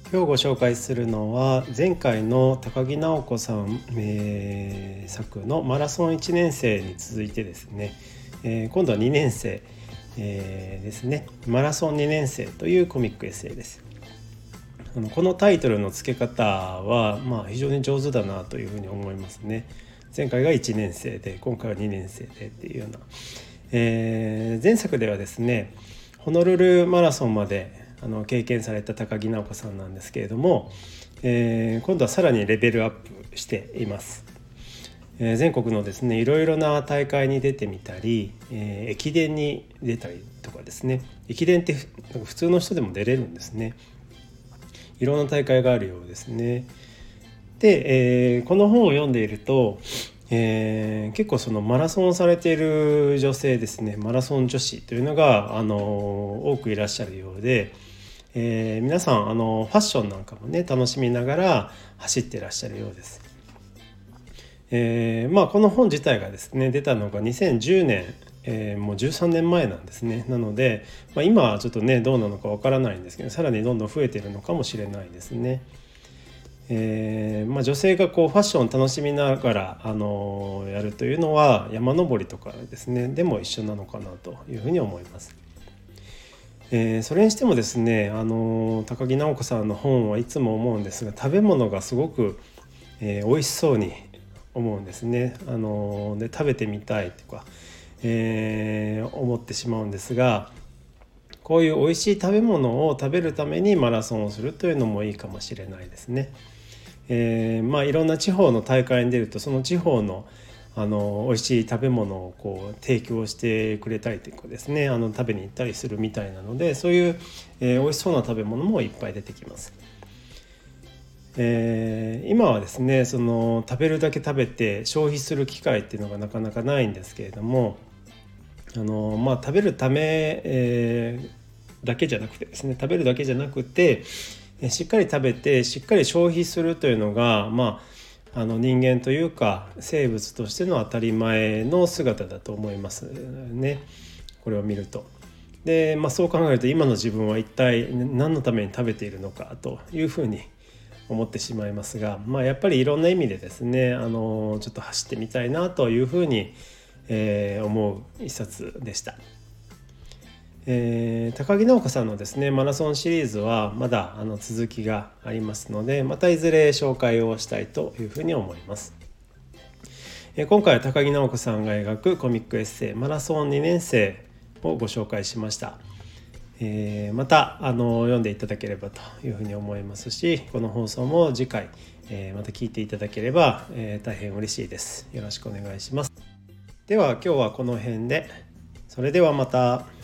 今日ご紹介するのは前回の高木直子さん、作のマラソン1年生に続いてですね、今度は2年生、ですね。マラソン2年生というコミックエッセイです。このタイトルの付け方は、非常に上手だなというふうに思いますね。前回が1年生で今回は2年生でっていうような、前作ではですねホノルルマラソンまで経験された高木直子さんなんですけれども、今度はさらにレベルアップしています。全国のですねいろいろな大会に出てみたり、駅伝に出たりとかですね。駅伝って普通の人でも出れるんですね。いろんな大会があるようですね。で、この本を読んでいると、結構そのマラソンをされている女性ですね、マラソン女子というのが多くいらっしゃるようで、皆さんファッションなんかもね楽しみながら走っていらっしゃるようです。この本自体がですね出たのが2010年、もう13年前なんですね。なので、今はちょっとねどうなのかわからないんですけど、さらにどんどん増えているのかもしれないですね。女性がこうファッションを楽しみながらやるというのは山登りとかですねでも一緒なのかなというふうに思います。それにしてもですね高木直子さんの本はいつも思うんですが、食べ物がすごく、美味しそうに思うんですね。で食べてみたいとか、思ってしまうんですが、こういう美味しい食べ物を食べるためにマラソンをするというのもいいかもしれないですね。いろんな地方の大会に出るとその地方の美味しい食べ物をこう提供してくれたりとかですね食べに行ったりするみたいなので、そういう、美味しそうな食べ物もいっぱい出てきます。今はですねその食べるだけ食べて消費する機会っていうのがなかなかないんですけれども、食べるため、だけじゃなくてですね食べるだけじゃなくてしっかり食べてしっかり消費するというのが、人間というか生物としての当たり前の姿だと思いますね、これを見ると。で、そう考えると今の自分は一体何のために食べているのかというふうに思ってしまいますが、やっぱりいろんな意味でですねちょっと走ってみたいなというふうに、思う一冊でした。高木直子さんのですねマラソンシリーズはまだ続きがありますので、またいずれ紹介をしたいというふうに思います。今回は高木直子さんが描くコミックエッセイマラソン2年生をご紹介しました。また読んでいただければというふうに思いますし、この放送も次回、また聞いていただければ、大変嬉しいです。よろしくお願いします。では今日はこの辺で、それではまた。